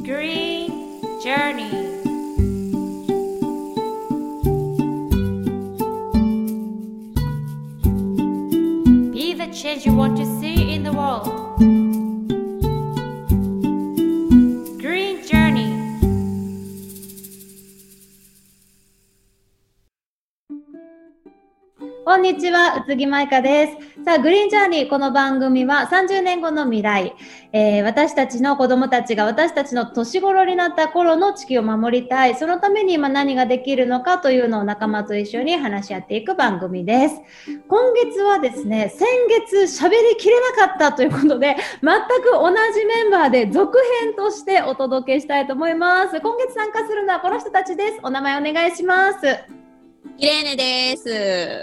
Green Journey. Be the change you want to see in the world. Green Journey. こんにちは、宇津木舞香です。さあ、グリーンジャーニー、この番組は30年後の未来、私たちの子供たちが私たちの年頃になった頃の地球を守りたい、そのために今何ができるのかというのを仲間と一緒に話し合っていく番組です。今月はですね、先月喋りきれなかったということで、全く同じメンバーで続編としてお届けしたいと思います。今月参加するのはこの人たちです。お名前お願いします。 イレーネです。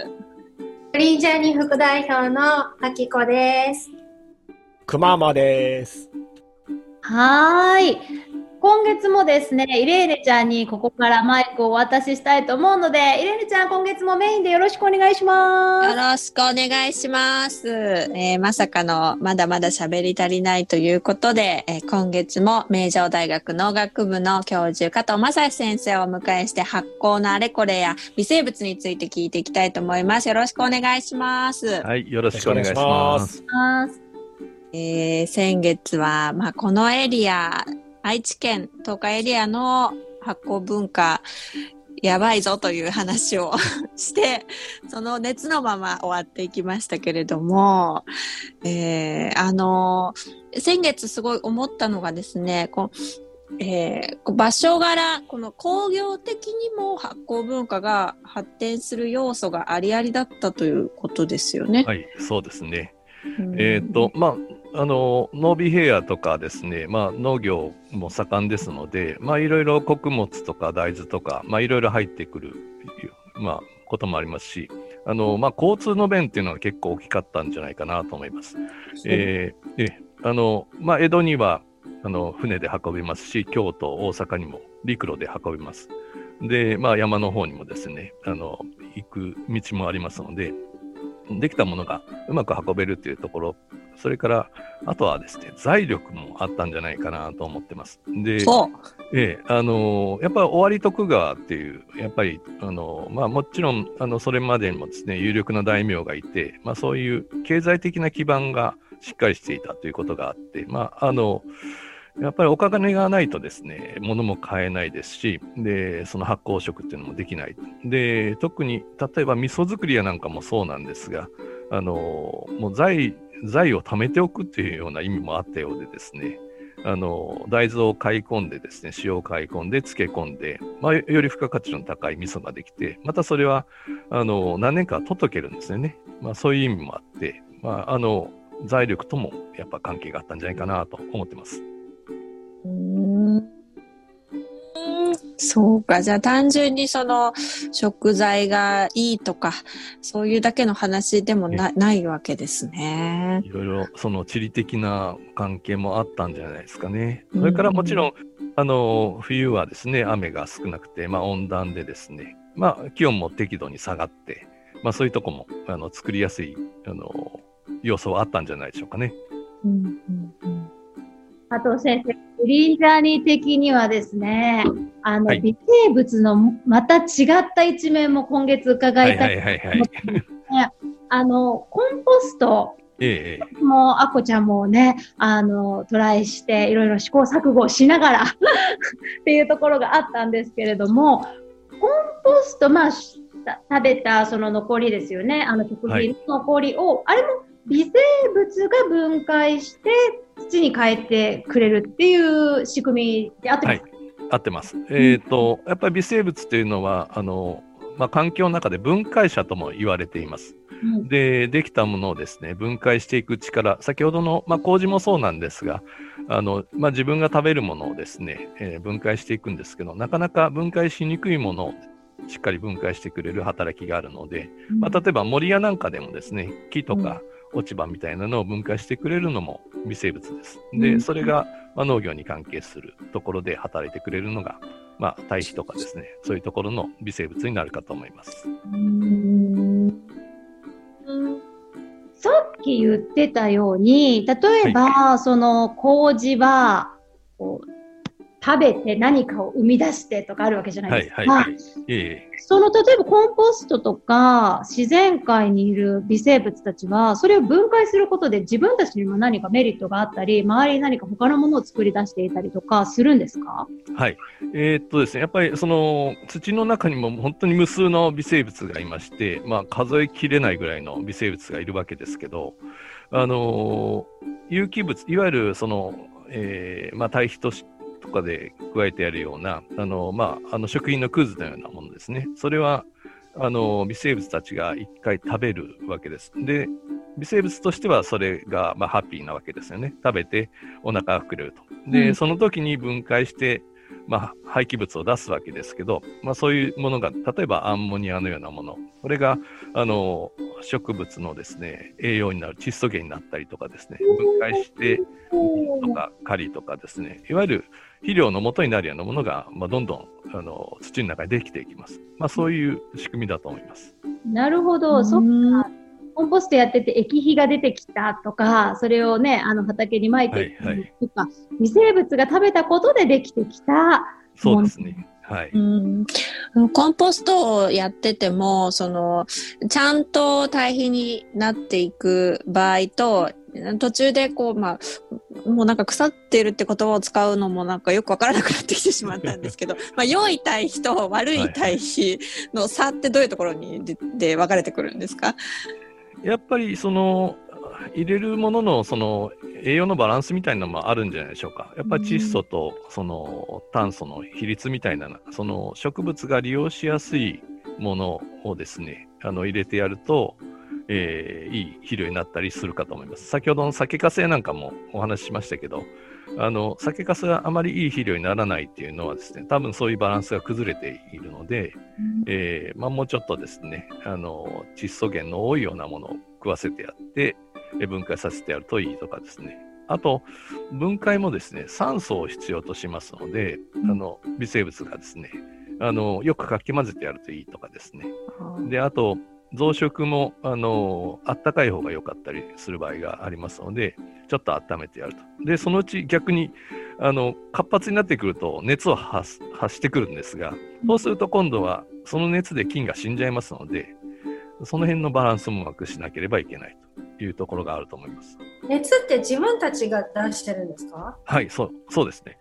グリーンジャーニー副代表のあきこです。 くままです。 はーい。今月もですね、イレーネちゃんにここからマイクをお渡ししたいと思うので、イレーネちゃん、今月もメインでよろしくお願いします。 よろしくお願いします。まさかのまだまだ喋り足りないということで、今月も名城大学農学部の教授加藤正史先生をお迎えして発酵のあれこれや微生物について聞いていきたいと思います。よろしくお願いします。 はい、よろしくお願いします。 先月は、このエリア、愛知県東海エリアの発酵文化やばいぞという話をしてその熱のまま終わっていきましたけれども、先月すごい思ったのがですね、場所柄この工業的にも発酵文化が発展する要素がありありだったということですよね。 はい、そうですね。濃尾平野とかですね、農業も盛んですので、いろいろ穀物とか大豆とか、いろいろ入ってくる、こともありますし、交通の便っていうのは結構大きかったんじゃないかなと思います。江戸には船で運びますし、京都、大阪にも陸路で運びます。で、山の方にもですね、行く道もありますので、できたものがうまく運べるというところ、それからあとはですね、財力もあったんじゃないかなと思ってます。で、やっぱり尾張徳川っていう、やっぱりもちろんそれまでにもですね、有力な大名がいて、そういう経済的な基盤がしっかりしていたということがあって、やっぱりお金がないとですね、物も買えないですし、で、その発酵食っていうのもできない。で、特に、例えば味噌作りやなんかもそうなんですが、もう財を貯めておくっていうような意味もあったようでですね、大豆を買い込んでですね、塩を買い込んで、漬け込んで、より付加価値の高い味噌ができて、またそれは、何年か届けるんですよね。そういう意味もあって、財力ともやっぱ関係があったんじゃないかなと思ってます。 そうか。じゃあ単純にその食材がいいとかそういうだけの話でもないわけですね。 いろいろその地理的な関係もあったんじゃないですかね。それからもちろん冬はですね、雨が少なくて、温暖でですね、気温も適度に下がって、そういうとこも作りやすい要素はあったんじゃないでしょうかね。 加藤先生、グリーンジャーニー的にはですね、微生物のまた違った一面も今月伺いたいと思ってますね。コンポストもうあこちゃんもね、トライしていろいろ試行錯誤しながらっていうところがあったんですけれども、コンポスト、食べたその残りですよね、食品の残りを、あれも微生物が分解して土に変えてくれるっていう仕組みで合ってますか？ 合ってます。やっぱり微生物というのは環境の中で分解者とも言われています。できたものをですね、分解していく力、先ほどの、麹もそうなんですが、自分が食べるものをですね、分解していくんですけど、なかなか分解しにくいものをしっかり分解してくれる働きがあるので、例えば森やなんかでもですね、木とか落ち葉みたいなのを分解してくれるのも微生物です。で、それが農業に関係するところで働いてくれるのが、堆肥とかですね、そういうところの微生物になるかと思います。 さっき言ってたように、例えば、その麹は食べて何かを生み出してとかあるわけじゃないですか。 はいはいはい。 その例えばコンポストとか自然界にいる微生物たちはそれを分解することで自分たちにも何かメリットがあったり、周りに何か他のものを作り出していたりとかするんですか？ はい。ですね、やっぱりその土の中にも本当に無数の微生物がいまして、まあ数えきれないぐらいの微生物がいるわけですけど、有機物、いわゆるその、まあ堆肥とかで加えてやるような、食品のクズのようなものですね。それは、微生物たちが一回食べるわけです。で、微生物としてはそれが、まあ、ハッピーなわけですよね。食べてお腹が膨れると。で、その時に分解して、まあ、廃棄物を出すわけですけど、まあ、そういうものが、例えばアンモニアのようなもの、これが、植物のですね、栄養になる窒素源になったりとかですね、分解して、水とかカリとかですね、いわゆる肥料の元になるようなものが、まあ、どんどん土の中にできていきます。まあ、そういう仕組みだと思います。 なるほど。そっか。コンポストやってて液肥が出てきたとか、それをね、畑に撒いていくとか、微生物が食べたことでできてきたもの。 そうですね。はい。 コンポストをやってても、ちゃんと堆肥になっていく場合と、途中でもうなんか腐ってるって言葉を使うのもなんかよくわからなくなってきてしまったんですけど、良い堆肥と悪い堆肥の差ってどういうところにで分かれてくるんですか？ やっぱり入れるものの栄養のバランスみたいなのもあるんじゃないでしょうか。やっぱり窒素と炭素の比率みたいな、植物が利用しやすいものをですね、入れてやると、いい肥料になったりするかと思います。先ほどの酒粕なんかもお話ししましたけど、酒粕があまりいい肥料にならないっていうのはですね、多分そういうバランスが崩れているので、もうちょっとですね、窒素源の多いようなものを食わせてやって、分解させてやるといいとかですね。あと、分解もですね、酸素を必要としますので、微生物がですね、よくかき混ぜてやるといいとかですね。で、あと、増殖も、あったかい方が良かったりする場合がありますので、ちょっと温めてやると。で、そのうち逆に、活発になってくると熱を発してくるんですが、そうすると今度はその熱で菌が死んじゃいますので、その辺のバランスもうまくしなければいけないというところがあると思います。 熱って自分たちが出してるんですか？ はい、そうですね。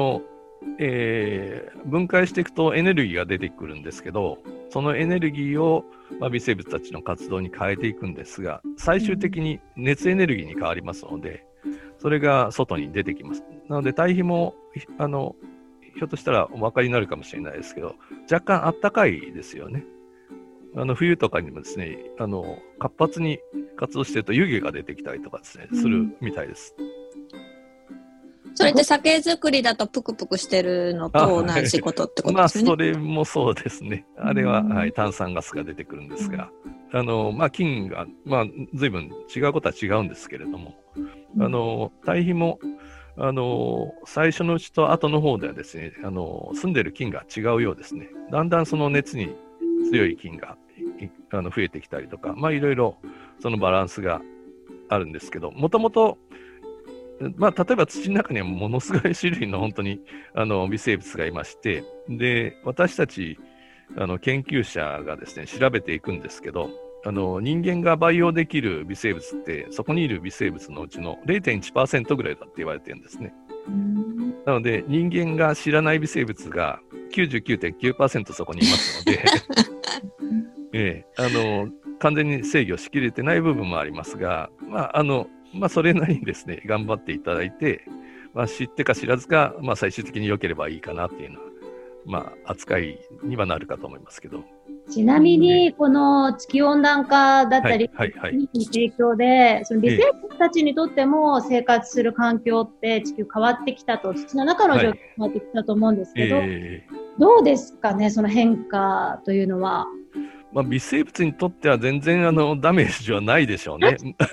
分解していくとエネルギーが出てくるんですけど、そのエネルギーを、微生物たちの活動に変えていくんですが、最終的に熱エネルギーに変わりますので、それが外に出てきます。なので堆肥もひょっとしたらお分かりになるかもしれないですけど、若干あったかいですよね。冬とかにもですね、活発に活動してると湯気が出てきたりとかですね、するみたいです。 それって酒造りだとプクプクしてるのと同じことってことですよね。 それもそうですね。あれは、炭酸ガスが出てくるんですが、菌が、随分違うことは違うんですけれども、堆肥も、最初のうちと後の方ではですね、住んでる菌が違うようですね。だんだんその熱に強い菌が増えてきたりとか、いろいろそのバランスがあるんですけど、もともと、例えば土の中にはものすごい種類の本当に微生物がいまして、で、私たち研究者がですね、調べていくんですけど、人間が培養できる微生物って、そこにいる微生物のうちの 0.1% ぐらいだって言われてるんですね。なので、人間が知らない微生物が 99.9% そこにいますので、完全に制御しきれてない部分もありますが、それなりにですね、頑張っていただいて、知ってか知らずか、最終的に良ければいいかなっていうのは、扱いにはなるかと思いますけど。 ちなみに、この地球温暖化だったり、影響で、その微生物たちにとっても生活する環境って地球変わってきたと、土の中の状況変わってきたと思うんですけど、どうですかね、その変化というのは。 微生物にとっては全然ダメージはないでしょうね。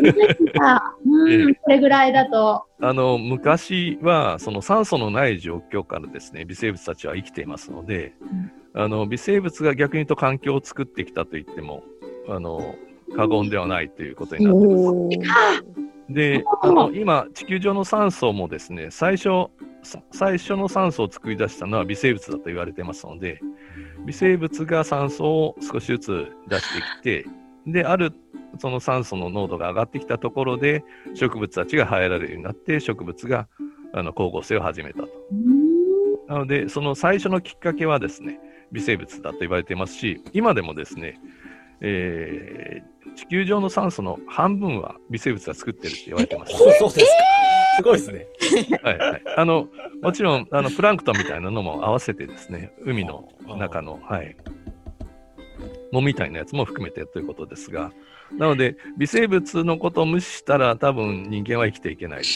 これぐらいだと。 昔はその酸素のない状況からですね、微生物たちは生きていますので、微生物が逆に言うと環境を作ってきたと言っても過言ではないということになっています。で、今地球上の酸素もですね、最初最初の酸素を作り出したのは微生物だと言われてますので、微生物が酸素を少しずつ出してきて、で、その酸素の濃度が上がってきたところで、植物たちが生えられるようになって、植物が光合成を始めたと。なので、その最初のきっかけはですね、微生物だと言われていますし、今でもですね、地球上の酸素の半分は微生物が作ってるって言われてます。 そうですか。すごいですね。 はいはい。もちろん、プランクトンみたいなのも合わせてですね、海の中の、はい、藻みたいなやつも含めてということですが、なので、微生物のことを無視したら多分人間は生きていけないです。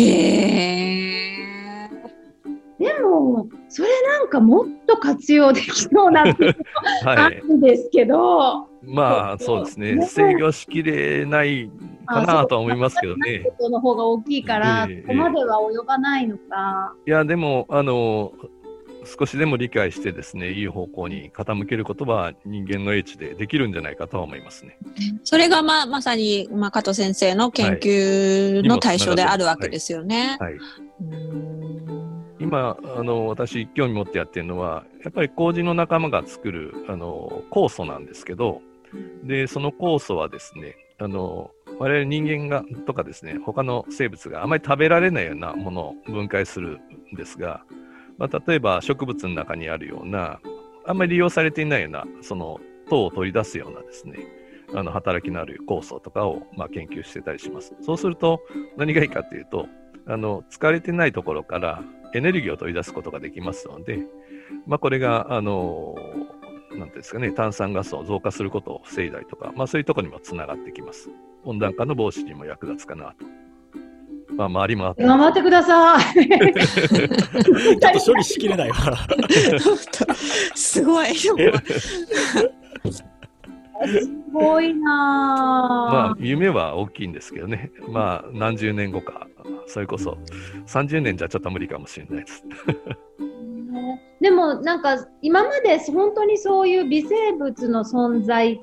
でも、それなんかもっと活用できそうなってあるんですけど。 まあ、そうですね。制御しきれないかなとは思いますけどね。 ことの方が大きいから、ここまでは及ばないのか。 いや、でも、少しでも理解してですね、いい方向に傾けることは人間の英知でできるんじゃないかとは思いますね。 それがまさに、加藤先生の研究の対象であるわけですよね。 はい。今、私、興味持ってやってるのは、やっぱり麹の仲間が作る、酵素なんですけど、で、その酵素はですね、我々人間がとかですね、他の生物があまり食べられないようなものを分解するんですが、例えば植物の中にあるような、あんまり利用されていないような、その糖を取り出すようなですね、働きのある酵素とかを、研究してたりします。そうすると、何がいいかというと、疲れてないところからエネルギーを取り出すことができますので、これが、なんていうんですかね、炭酸ガスを増加することを防いだりとか、そういうところにもつながってきます。温暖化の防止にも役立つかなと。周りもあって。 頑張ってください。 ちょっと処理しきれないわ。 すごい。 すごいな夢は大きいんですけどね。何十年後か、それこそ30年じゃちょっと無理かもしれないです。 でもなんか今まで本当にそういう微生物の存在って、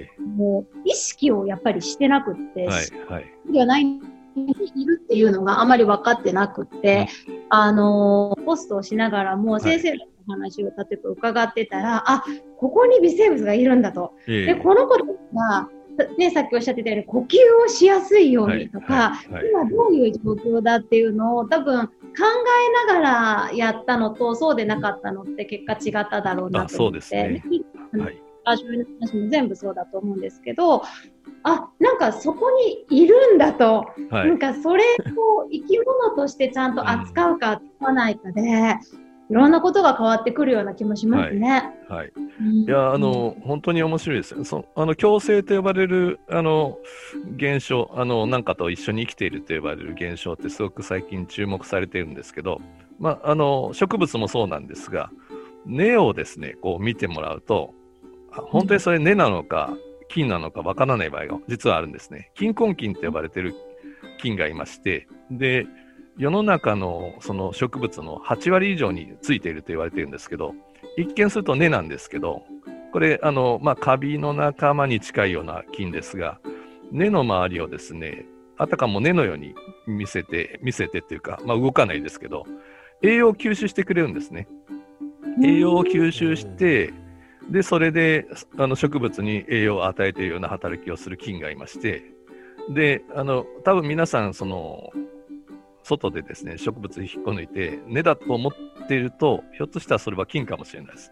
もう意識をやっぱりしてなくって、ではないいるっていうのがあまり分かってなくって、ポストをしながらも先生のお話を例えば伺ってたら、ここに微生物がいるんだと。で、この子が、ね、さっきおっしゃってたように呼吸をしやすいようにとか、今どういう状況だっていうのを多分考えながらやったのとそうでなかったのって結果違っただろうなと思って。そうですね。話も全部そうだと思うんですけど、なんかそこにいるんだと、なんかそれを生き物としてちゃんと扱うか扱わないかで、いろんなことが変わってくるような気もしますね。 いや、本当に面白いですよ。共生と呼ばれる、現象、なんかと一緒に生きていると呼ばれる現象ってすごく最近注目されているんですけど、植物もそうなんですが、根をですね、こう見てもらうと、本当にそれ根なのか菌なのかわからない場合が実はあるんですね。菌根菌と呼ばれている菌がいまして、で、世の中のその植物の8割以上についていると言われているんですけど、一見すると根なんですけど、これ、カビの仲間に近いような菌ですが、根の周りをですね、あたかも根のように見せてっていうか、動かないですけど、栄養を吸収してくれるんですね。栄養を吸収して、で、それで、植物に栄養を与えているような働きをする菌がいまして、で、多分皆さん、外でですね、植物引っこ抜いて、根だと思っていると、ひょっとしたらそれは菌かもしれないです。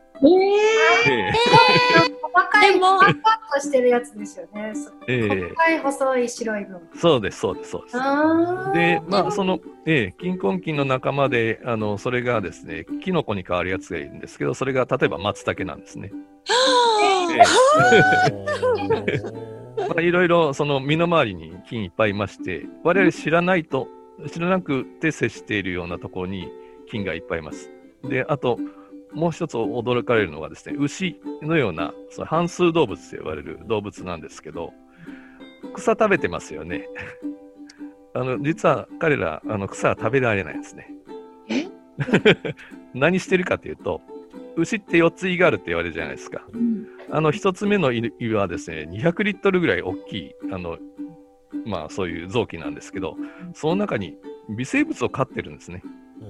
細かい、パッとしてるやつですよね。細かい細い白い分。 そうです。で、菌根菌の仲間で、それがですね、キノコに変わるやつがいるんですけど、それが例えば松茸なんですね。いろいろその身の回りに菌いっぱいいまして、我々知らなくて接しているようなところに菌がいっぱいいます。で、あと、もう一つ驚かれるのがですね、牛のような反数動物と呼ばれる動物なんですけど、草食べてますよね。実は彼ら草は食べられないんですね。何してるかというと、牛って4つ胃があるって言われるじゃないですか。1つ目の胃はですね、200リットルぐらい大きいそういう臓器なんですけど、その中に微生物を飼ってるんですね。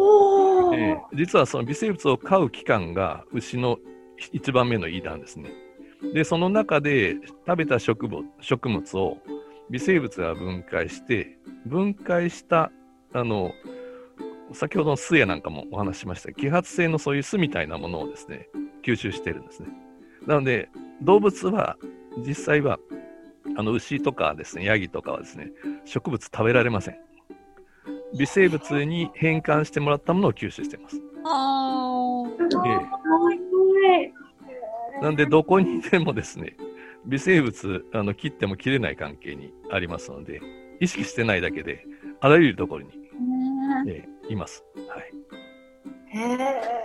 おー。 実はその微生物を飼う器官が牛の一番目の胃なんですね。で、その中で食べた食物を微生物が分解して、分解した先ほどの巣やなんかもお話ししました揮発性のそういう巣みたいなものをですね、吸収しているんですね。なので、動物は実際は牛とかですね、ヤギとかはですね、植物食べられません。微生物に変換してもらったものを吸収しています。なので、どこにでもですね、微生物切っても切れない関係にありますので、意識してないだけで、あらゆるところに、います。はい。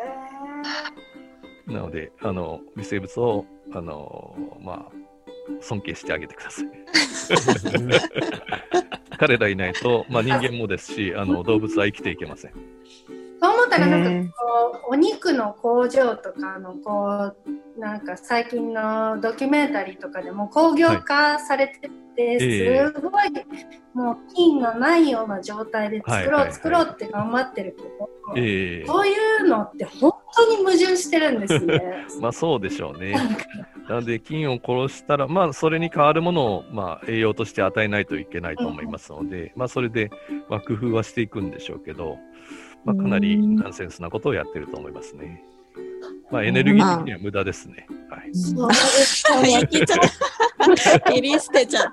なので、微生物を、尊敬してあげてください。彼らいないと、人間もですし、動物は生きていけません。 そう思ったらなんかお肉の工場とかのなんか最近のドキュメンタリーとかでも工業化されてて、すごいもう菌がないような状態で作ろうって頑張ってるけど、そういうのって本当に矛盾してるんですね。 そうでしょうね。なので菌を殺したら、それに代わるものを、栄養として与えないといけないと思いますので、それで、工夫はしていくんでしょうけど、かなりナンセンスなことをやってると思いますね。エネルギー的には無駄ですね。はい。 そうですね。切り捨てちゃった。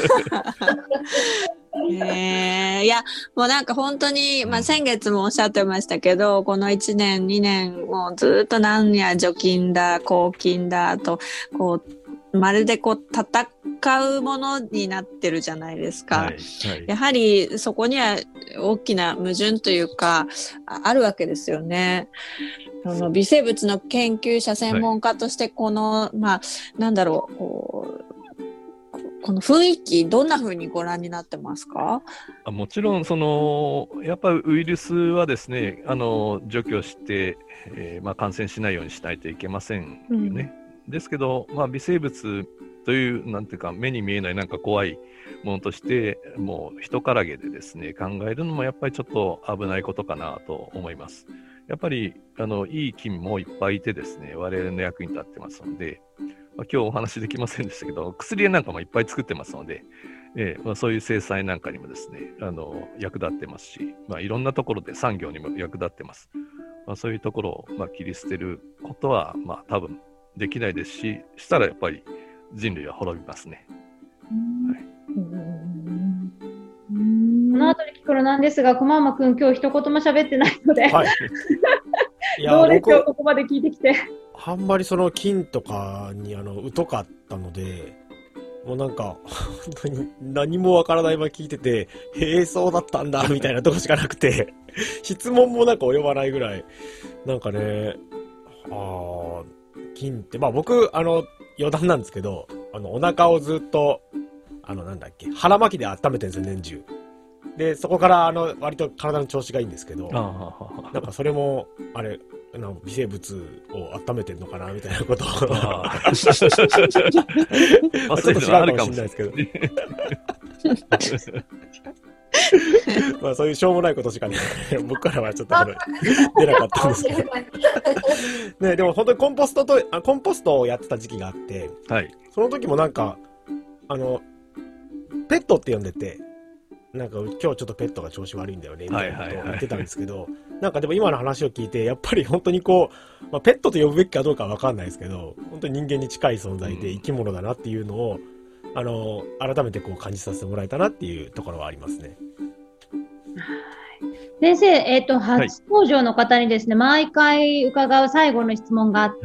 いや、もうなんか本当に、先月もおっしゃってましたけど、この1年、2年、もうずっと何や除菌だ、抗菌だと、まるで戦うものになってるじゃないですか。やはりそこには大きな矛盾というか、あるわけですよね。微生物の研究者、専門家として、この雰囲気、どんな風にご覧になってますか？ もちろん、やっぱりウイルスはですね、除去して、感染しないようにしないといけませんよね。ですけど、微生物という、なんていうか、目に見えないなんか怖いものとして、もう人からげでですね、考えるのもやっぱりちょっと危ないことかなと思います。やっぱり、いい菌もいっぱいいてですね、我々の役に立ってますので、今日お話できませんでしたけど、薬なんかもいっぱい作ってますので、そういう制裁なんかにもですね、役立ってますし、いろんなところで産業にも役立ってます。そういうところを、切り捨てることは、多分できないですし、したらやっぱり人類は滅びますね。 この後に聞くのなんですが、コマンマ君、今日一言も喋ってないので、どうでしょう、ここまで聞いてきて。 あんまりその菌とかに疎かったので、もうなんか本当に何もわからないまま聞いてて、そうだったんだみたいなとこしかなくて、質問もなんか及ばないぐらい、なんかね、菌って僕余談なんですけど、お腹をずっと腹巻きで温めてるんですよ、年中。で、そこから割と体の調子がいいんですけど、なんかそれも微生物を温めてるのかなみたいなことをちょっと違うかもしれないですけどそういうしょうもないことしかね僕からはちょっと出なかったんですけどね。でも本当にコンポストをやってた時期があって、その時もなんかペットって呼んでて、なんか今日ちょっとペットが調子悪いんだよねみたいなことを言ってたんですけど、なんかでも今の話を聞いて、やっぱり本当にペットと呼ぶべきかどうかは分かんないですけど、本当に人間に近い存在で生き物だなっていうのを、改めて感じさせてもらえたなっていうところはありますね。 先生、初登場の方にですね、毎回伺う最後の質問があって、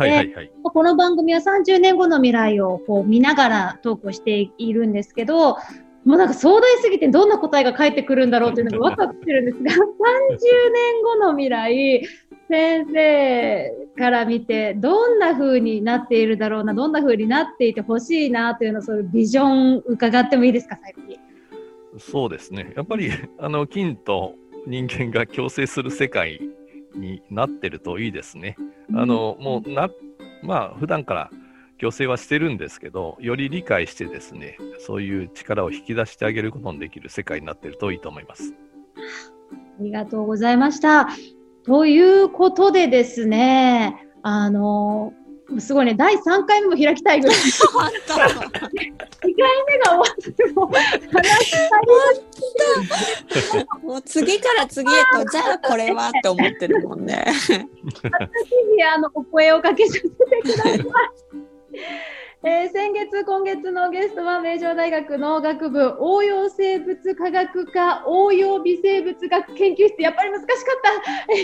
この番組は30年後の未来を見ながらトークをしているんですけど、もうなんか壮大すぎてどんな答えが返ってくるんだろうっていうのが分かってるんですが、30年後の未来、先生から見てどんな風になっているだろうな、どんな風になっていてほしいなというのを、そういうビジョン伺ってもいいですか、最後に。そうですね。 やっぱり菌と人間が共生する世界になってるといいですね。もう普段から共生はしてるんですけど、より理解してですね、そういう力を引き出してあげることのできる世界になってるといいと思います。 りがとうございました。ということでですね、すごいね、第3回目も開きたいぐらい。 本当。 2回目が終わっても、話したい。 もう次から次へと、じゃあこれはって思ってるもんね。 ぜひ、お声をかけさせてください。今月のゲストは名城大学農学部応用生物科学科応用微生物学研究室、やっぱり難しかった、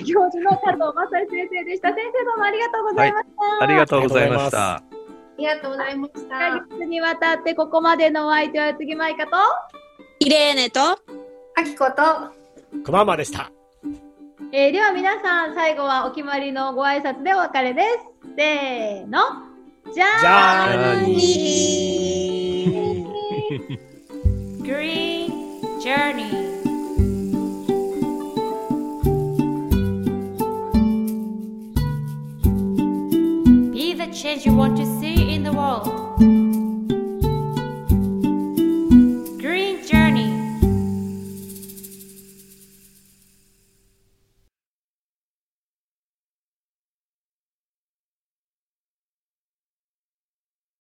教授の加藤正先生でした。先生、どうもありがとうございました。 はい、ありがとうございました。 ありがとうございました。 1ヶ月にわたってここまでのお相手は杉舞香とイレーネとあきことくままでした。 では皆さん、最後はお決まりのご挨拶でお別れです。せーの、じゃあにー。 Green Journey. Be the change you want to see in the world.